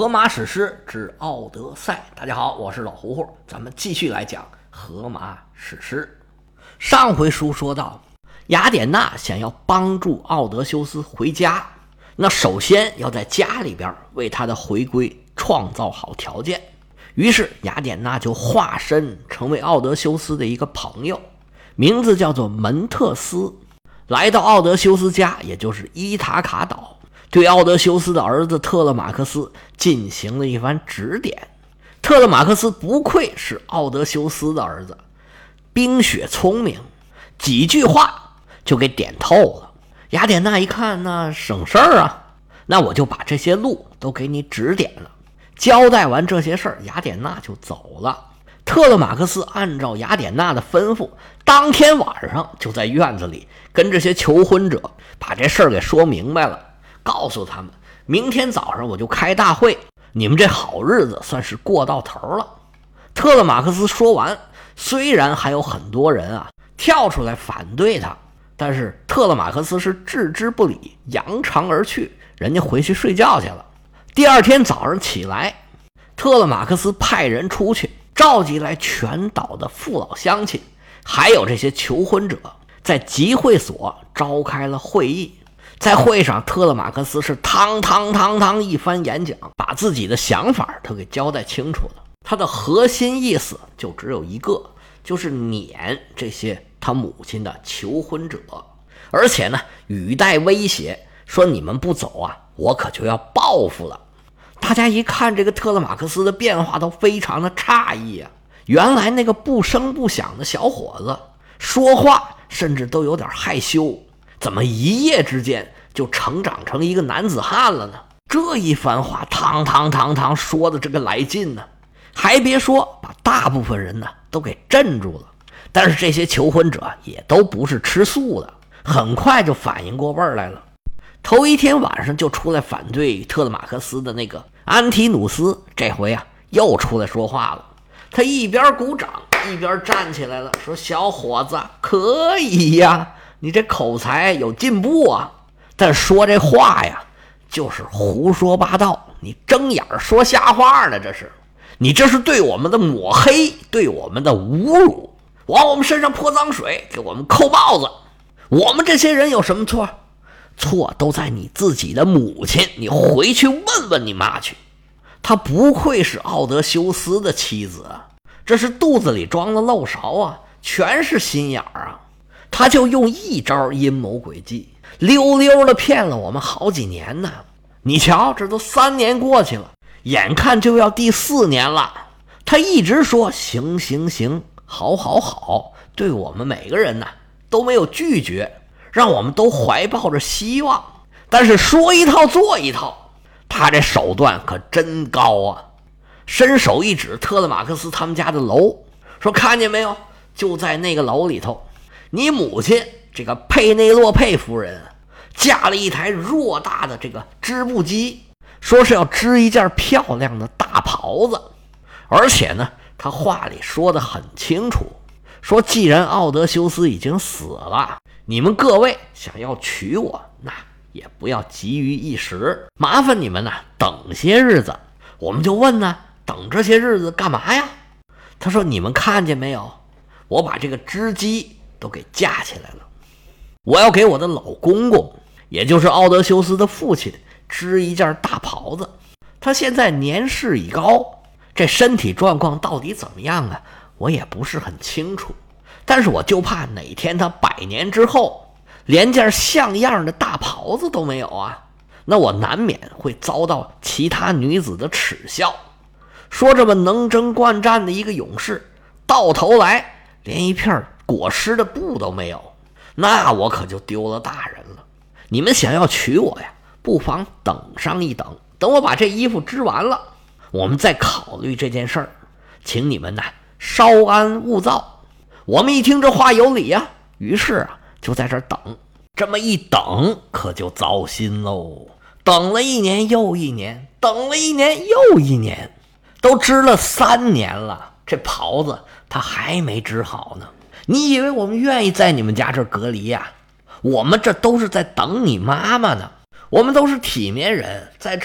荷马史诗之奥德赛。大家好，我是老胡胡，咱们继续来讲荷马史诗。上回书说到，雅典娜想要帮助奥德修斯回家，那首先要在家里边为他的回归创造好条件。于是雅典娜就化身成为奥德修斯的一个朋友，名字叫做门特斯，来到奥德修斯家，也就是伊塔卡岛，对奥德修斯的儿子特勒马克斯进行了一番指点。特勒马克斯不愧是奥德修斯的儿子，冰雪聪明，几句话就给点透了。雅典娜一看，那省事儿啊，那我就把这些路都给你指点了。交代完这些事儿，雅典娜就走了。特勒马克斯按照雅典娜的吩咐，当天晚上就在院子里跟这些求婚者把这事儿给说明白了，告诉他们明天早上我就开大会，你们这好日子算是过到头了。特勒马克斯说完，虽然还有很多人啊跳出来反对他，但是特勒马克斯是置之不理，扬长而去，人家回去睡觉去了。第二天早上起来，特勒马克斯派人出去召集来全岛的父老乡亲，还有这些求婚者，在集会所召开了会议。在会上，特勒马克斯是堂一番演讲，把自己的想法都给交代清楚了。他的核心意思就只有一个，就是撵这些他母亲的求婚者，而且呢语带威胁，说你们不走啊，我可就要报复了。大家一看这个特勒马克斯的变化，都非常的诧异啊！原来那个不声不响的小伙子说话甚至都有点害羞，怎么一夜之间就成长成一个男子汉了呢？这一番话堂说的这个来劲呢，还别说把大部分人呢都给镇住了。但是这些求婚者也都不是吃素的，很快就反应过味儿来了。头一天晚上就出来反对特勒马克斯的那个安提努斯，这回啊又出来说话了。他一边鼓掌一边站起来了，说小伙子可以呀，你这口才有进步啊，但说这话呀就是胡说八道，你睁眼说瞎话呢，你这是对我们的抹黑，对我们的侮辱，往我们身上泼脏水，给我们扣帽子。我们这些人有什么错？错都在你自己的母亲，你回去问问你妈去。她不愧是奥德修斯的妻子啊，这是肚子里装了漏勺啊，全是心眼儿啊。他就用一招阴谋诡计，溜溜的骗了我们好几年呢。你瞧，这都3年过去了，眼看就要第4年了，他一直说行，好，对我们每个人呢都没有拒绝，让我们都怀抱着希望。但是说一套做一套，他这手段可真高啊！伸手一指特勒马克斯他们家的楼，说看见没有，就在那个楼里头，你母亲这个佩内洛佩夫人架了一台偌大的这个织布机，说是要织一件漂亮的大袍子。而且呢他话里说得很清楚，说既然奥德修斯已经死了，你们各位想要娶我，那也不要急于一时，麻烦你们呢等些日子。我们就问呢，等这些日子干嘛呀？他说你们看见没有，我把这个织机都给架起来了，我要给我的老公公，也就是奥德修斯的父亲，织一件大袍子。他现在年事已高，这身体状况到底怎么样啊，我也不是很清楚，但是我就怕哪天他100年之后连件像样的大袍子都没有啊，那我难免会遭到其他女子的耻笑，说这么能征惯战的一个勇士，到头来连一片裹尸的布都没有，那我可就丢了大人了。你们想要娶我呀，不妨等上一等，等我把这衣服织完了，我们再考虑这件事儿，请你们稍安勿躁。我们一听这话有理啊，于是啊就在这儿等。这么一等可就糟心喽，等了1年又1年，等了1年又1年，都织了3年了，这袍子它还没织好呢。你以为我们愿意在你们家这儿隔离呀？我们这都是在等你妈妈呢，我们都是体面人，在这儿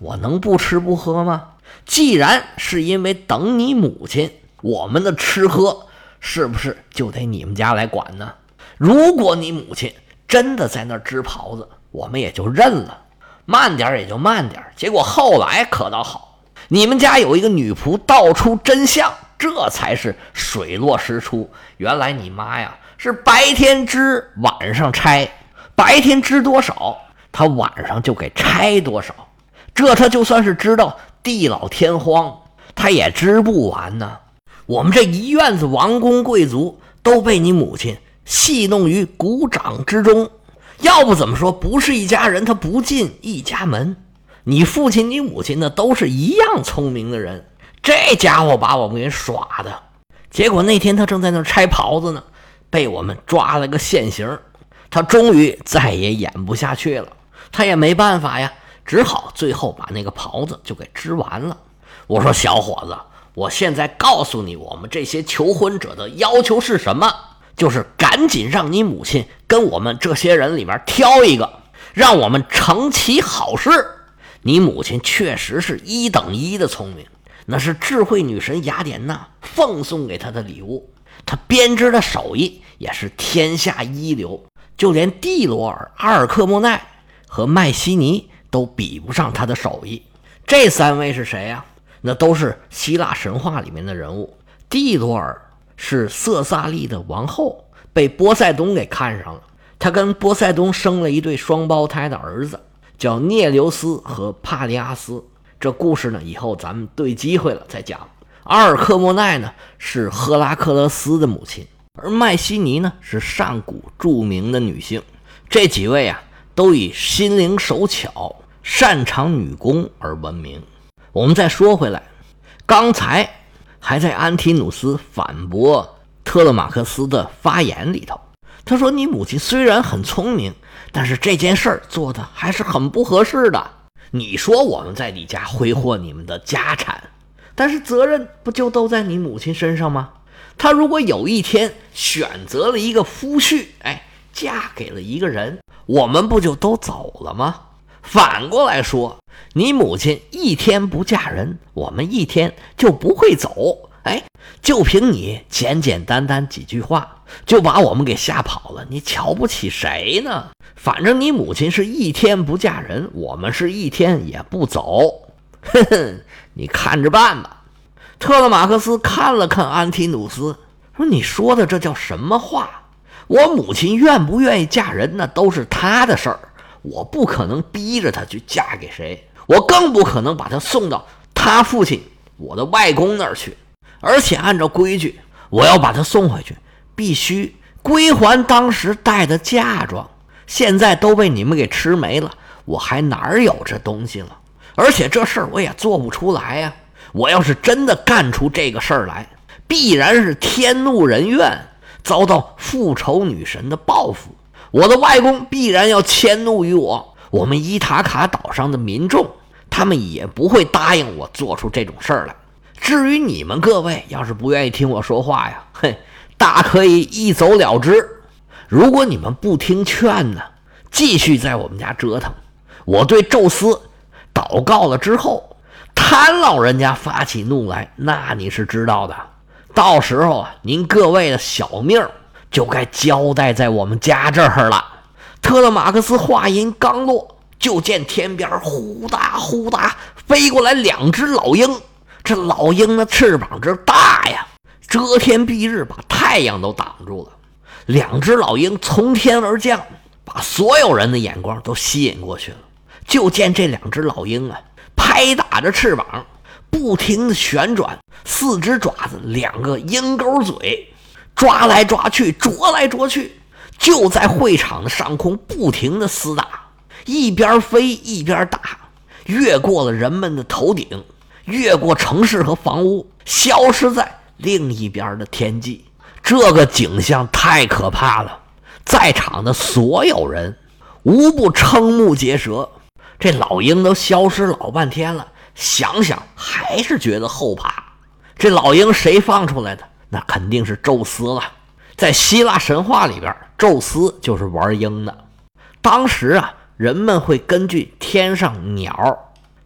我能不吃不喝吗？既然是因为等你母亲，我们的吃喝是不是就得你们家来管呢？如果你母亲真的在那儿织袍子，我们也就认了，慢点也就慢点。结果后来可倒好，你们家有一个女仆道出真相，这才是水落石出。原来你妈呀是白天织晚上拆，白天织多少她晚上就给拆多少，这她就算是知道地老天荒她也织不完呢。我们这一院子王公贵族都被你母亲戏弄于股掌之中，要不怎么说不是一家人他不进一家门。你父亲你母亲呢都是一样聪明的人，这家伙把我们给耍的，结果那天他正在那拆袍子呢，被我们抓了个现行。他终于再也演不下去了，他也没办法呀，只好最后把那个袍子就给织完了。我说小伙子，我现在告诉你，我们这些求婚者的要求是什么？就是赶紧让你母亲跟我们这些人里面挑一个，让我们成其好事。你母亲确实是一等一的聪明，那是智慧女神雅典娜奉送给她的礼物。她编织的手艺也是天下一流，就连蒂罗尔、阿尔克莫奈和麦西尼都比不上她的手艺。这三位是谁呀？那都是希腊神话里面的人物。蒂罗尔是色萨利的王后，被波塞冬给看上了，她跟波塞冬生了一对双胞胎的儿子，叫涅留斯和帕利阿斯。这故事呢，以后咱们对机会了再讲。阿尔克莫奈呢是赫拉克勒斯的母亲，而麦西尼呢是上古著名的女性。这几位啊都以心灵手巧、擅长女工而闻名。我们再说回来，刚才还在安提努斯反驳特勒马克斯的发言里头，他说你母亲虽然很聪明，但是这件事儿做的还是很不合适的。你说我们在你家挥霍你们的家产，但是责任不就都在你母亲身上吗？她如果有一天选择了一个夫婿，嫁给了一个人，我们不就都走了吗？反过来说，你母亲一天不嫁人，我们一天就不会走。就凭你简简单单几句话就把我们给吓跑了，你瞧不起谁呢？反正你母亲是一天不嫁人，我们是一天也不走。哼哼，你看着办吧。特勒马克斯看了看安提努斯，说你说的这叫什么话？我母亲愿不愿意嫁人那都是她的事儿，我不可能逼着她去嫁给谁，我更不可能把她送到她父亲我的外公那儿去。而且按照规矩，我要把她送回去必须归还当时戴的嫁妆，现在都被你们给吃没了，我还哪有这东西了？而且这事儿我也做不出来呀。我要是真的干出这个事儿来，必然是天怒人怨，遭到复仇女神的报复。我的外公必然要迁怒于我，我们伊塔卡岛上的民众他们也不会答应我做出这种事儿来。至于你们各位要是不愿意听我说话呀，大可以一走了之。如果你们不听劝呢，继续在我们家折腾，我对宙斯祷告了之后，他老人家发起怒来，那你是知道的。到时候您各位的小命就该交代在我们家这儿了。特勒马克斯话音刚落，就见天边呼哒呼哒飞过来两只老鹰。这老鹰的翅膀之大呀，遮天蔽日，把太阳都挡住了。两只老鹰从天而降，把所有人的眼光都吸引过去了。就见这两只老鹰拍打着翅膀，不停的旋转，四只爪子，两个鹰钩嘴，抓来抓去，啄来啄去，就在会场的上空不停的厮打，一边飞一边打，越过了人们的头顶，越过城市和房屋，消失在另一边的天际。这个景象太可怕了，在场的所有人无不瞠目结舌。这老鹰都消失老半天了，想想还是觉得后怕。这老鹰谁放出来的？那肯定是宙斯了。在希腊神话里边，宙斯就是玩鹰的。当时人们会根据天上鸟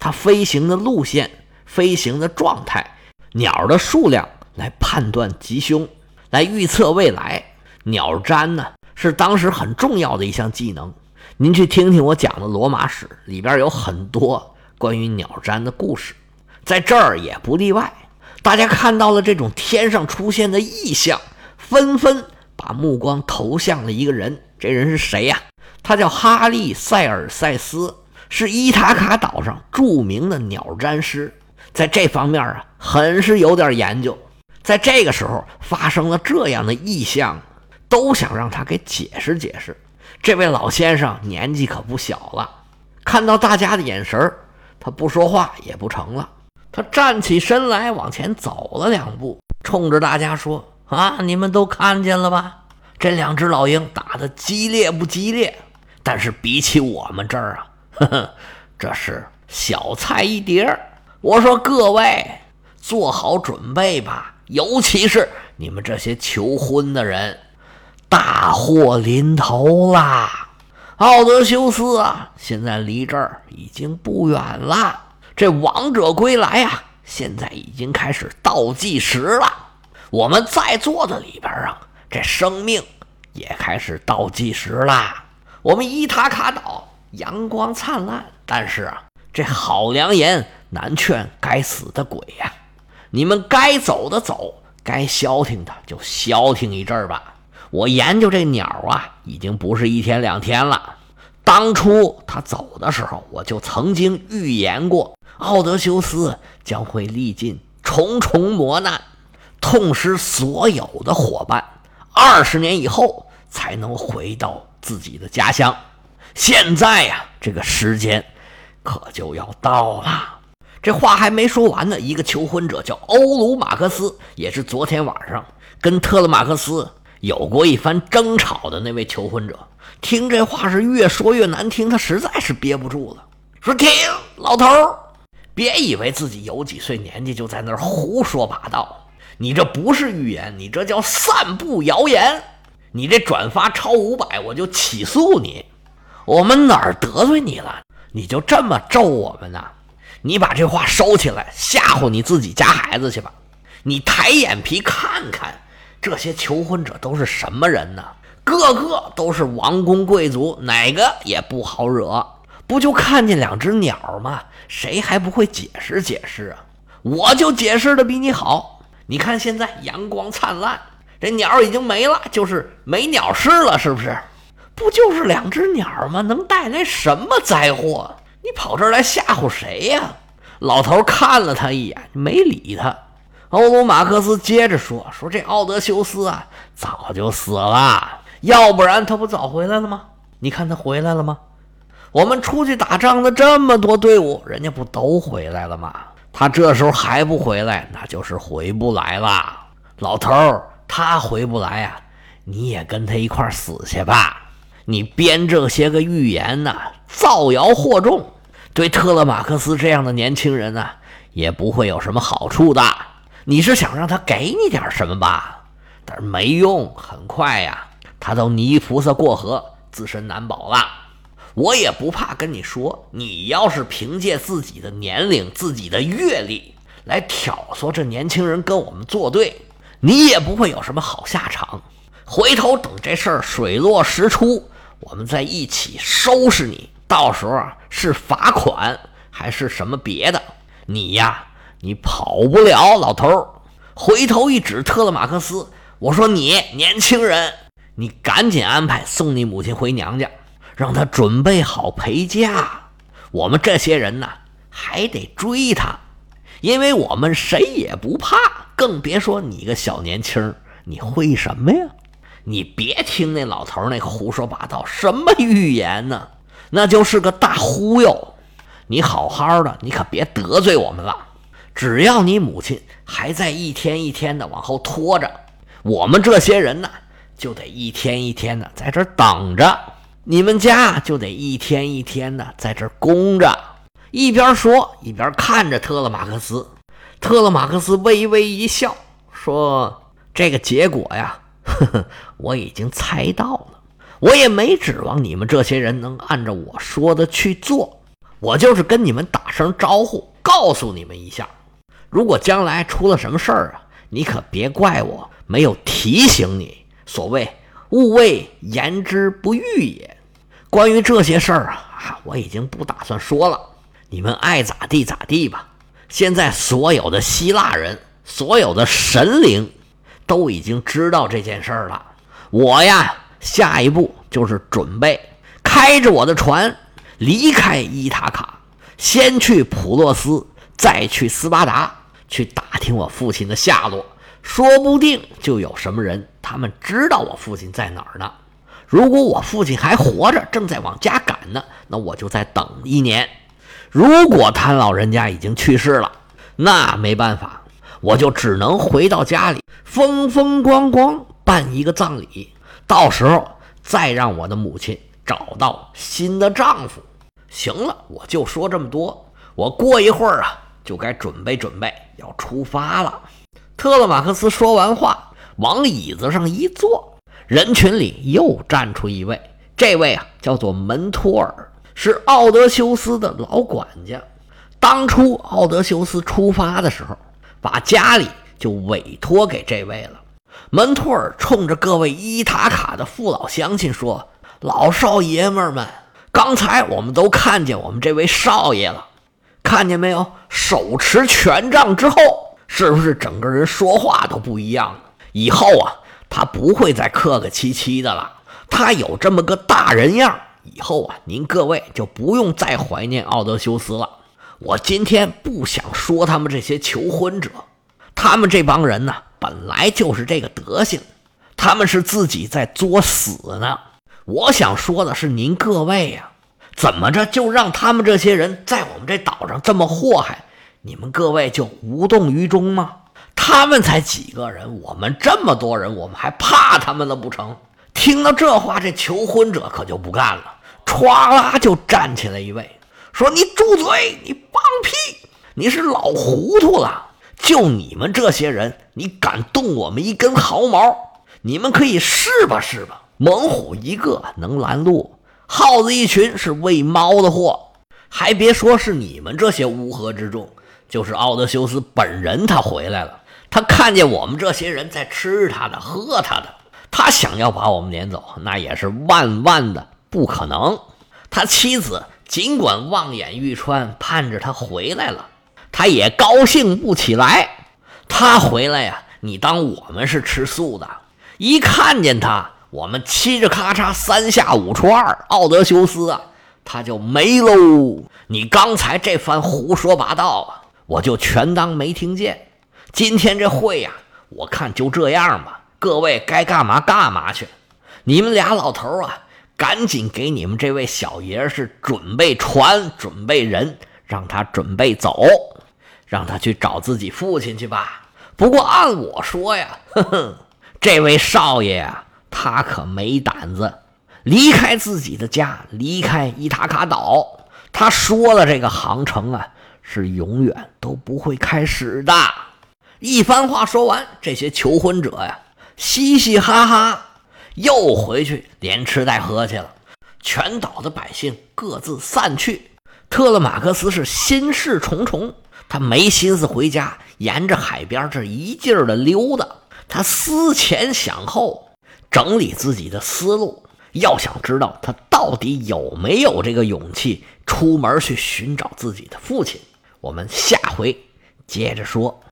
它飞行的路线、飞行的状态、鸟的数量来判断吉凶，来预测未来。鸟占呢是当时很重要的一项技能。您去听听我讲的罗马史，里边有很多关于鸟占的故事，在这儿也不例外。大家看到了这种天上出现的异象，纷纷把目光投向了一个人。这人是谁呀？他叫哈利·塞尔塞斯，是伊塔卡岛上著名的鸟占师，在这方面啊很是有点研究。在这个时候发生了这样的异象，都想让他给解释解释。这位老先生年纪可不小了，看到大家的眼神，他不说话也不成了。他站起身来往前走了2步，冲着大家说：你们都看见了吧？这2只老鹰打得激烈不激烈？但是比起我们这儿啊，这是小菜一碟。我说各位做好准备吧，尤其是你们这些求婚的人，大祸临头啦！奥德修斯啊，现在离这儿已经不远了。这王者归来啊，现在已经开始倒计时了。我们在座的里边啊，这生命也开始倒计时啦。我们伊塔卡岛阳光灿烂，但是啊，这好良言难劝该死的鬼呀！你们该走的走，该消停的就消停一阵儿吧。我研究这鸟啊，已经不是1天2天了。当初他走的时候，我就曾经预言过，奥德修斯将会历尽重重磨难，痛失所有的伙伴，20年以后才能回到自己的家乡。现在呀，这个时间可就要到了。这话还没说完呢，一个求婚者叫欧鲁马克斯，也是昨天晚上跟特勒马克斯有过一番争吵的那位求婚者，听这话是越说越难听，他实在是憋不住了，说：听，老头儿，别以为自己有几岁年纪就在那儿胡说八道，你这不是预言，你这叫散布谣言。你这转发超500，我就起诉你。我们哪儿得罪你了？你就这么咒我们呢？你把这话收起来，吓唬你自己家孩子去吧。你抬眼皮看看，这些求婚者都是什么人呢？个个都是王公贵族，哪个也不好惹。不就看见2只鸟吗？谁还不会解释解释啊？我就解释的比你好。你看现在阳光灿烂，这鸟已经没了，就是没鸟事了，是不是？不就是2只鸟吗？能带来什么灾祸？你跑这儿来吓唬谁呀？老头看了他一眼，没理他。欧鲁马克斯接着说这奥德修斯啊，早就死了，要不然他不早回来了吗？你看他回来了吗？我们出去打仗的这么多队伍，人家不都回来了吗？他这时候还不回来，那就是回不来了。老头儿，他回不来啊，你也跟他一块死去吧。你编这些个预言呢，造谣惑众，对特勒马克斯这样的年轻人呢，也不会有什么好处的。你是想让他给你点什么吧？但是没用，很快呀，他都泥菩萨过河，自身难保了。我也不怕跟你说，你要是凭借自己的年龄、自己的阅历来挑唆这年轻人跟我们作对，你也不会有什么好下场。回头等这事儿水落石出，我们再一起收拾你。到时候啊，是罚款还是什么别的，你呀，你跑不了。老头回头一指特勒马克斯，我说你年轻人，你赶紧安排送你母亲回娘家，让她准备好陪嫁。我们这些人呢，还得追她，因为我们谁也不怕，更别说你个小年轻，你会什么呀？你别听那老头那胡说八道，什么预言呢？那就是个大忽悠。你好好的，你可别得罪我们了。只要你母亲还在一天一天的往后拖着，我们这些人呢，就得一天一天的在这儿等着，你们家就得一天一天的在这儿供着。一边说一边看着特勒马克斯。特勒马克斯微微一笑，说：这个结果呀，我已经猜到了，我也没指望你们这些人能按照我说的去做。 我就是跟你们打声招呼，告诉你们一下，如果将来出了什么事儿啊，你可别怪我没有提醒你。所谓勿谓言之不预也。关于这些事儿啊，我已经不打算说了，你们爱咋地咋地吧。现在所有的希腊人，所有的神灵都已经知道这件事儿了。我呀，下一步就是准备开着我的船离开伊塔卡，先去普洛斯，再去斯巴达，去打听我父亲的下落。说不定就有什么人他们知道我父亲在哪儿呢。如果我父亲还活着，正在往家赶呢，那我就再等1年。如果他老人家已经去世了，那没办法，我就只能回到家里风风光光办一个葬礼，到时候再让我的母亲找到新的丈夫。行了，我就说这么多，我过一会儿啊就该准备准备要出发了。特勒马克斯说完话，往椅子上一坐，人群里又站出一位，这位啊叫做门托尔，是奥德修斯的老管家。当初奥德修斯出发的时候，把家里就委托给这位了。门托尔冲着各位伊塔卡的父老乡亲说：老少爷们们，刚才我们都看见我们这位少爷了，看见没有？手持权杖之后，是不是整个人说话都不一样了？以后啊，他不会再客客气气的了，他有这么个大人样。以后啊，您各位就不用再怀念奥德修斯了。我今天不想说他们这些求婚者，他们这帮人呢，本来就是这个德行，他们是自己在作死呢。我想说的是，您各位呀，怎么着就让他们这些人在我们这岛上这么祸害，你们各位就无动于衷吗？他们才几个人，我们这么多人，我们还怕他们了不成？听到这话，这求婚者可就不干了，歘啦就站起来一位，说：你住嘴，你放屁，你是老糊涂了。就你们这些人，你敢动我们一根毫毛，你们可以试吧试吧，猛虎一个能拦路，耗子一群是喂猫的货。还别说是你们这些乌合之众，就是奥德修斯本人他回来了，他看见我们这些人在吃他的喝他的，他想要把我们撵走，那也是万万的不可能。他妻子尽管望眼欲穿，盼着他回来了，他也高兴不起来。他回来呀，你当我们是吃素的？一看见他，我们嘁着咔嚓3下5除2，奥德修斯啊，他就没喽。你刚才这番胡说八道啊，我就全当没听见。今天这会呀，我看就这样吧，各位该干嘛干嘛去。你们俩老头啊，赶紧给你们这位小爷是准备船准备人，让他准备走，让他去找自己父亲去吧。不过按我说呀，这位少爷啊，他可没胆子离开自己的家，离开伊塔卡岛。他说了，这个航程啊是永远都不会开始的。一番话说完，这些求婚者呀嘻嘻哈哈又回去连吃带喝去了。全岛的百姓各自散去，特勒马克斯是心事重重，他没心思回家，沿着海边这一劲儿的溜达。他思前想后，整理自己的思路，要想知道他到底有没有这个勇气出门去寻找自己的父亲。我们下回接着说。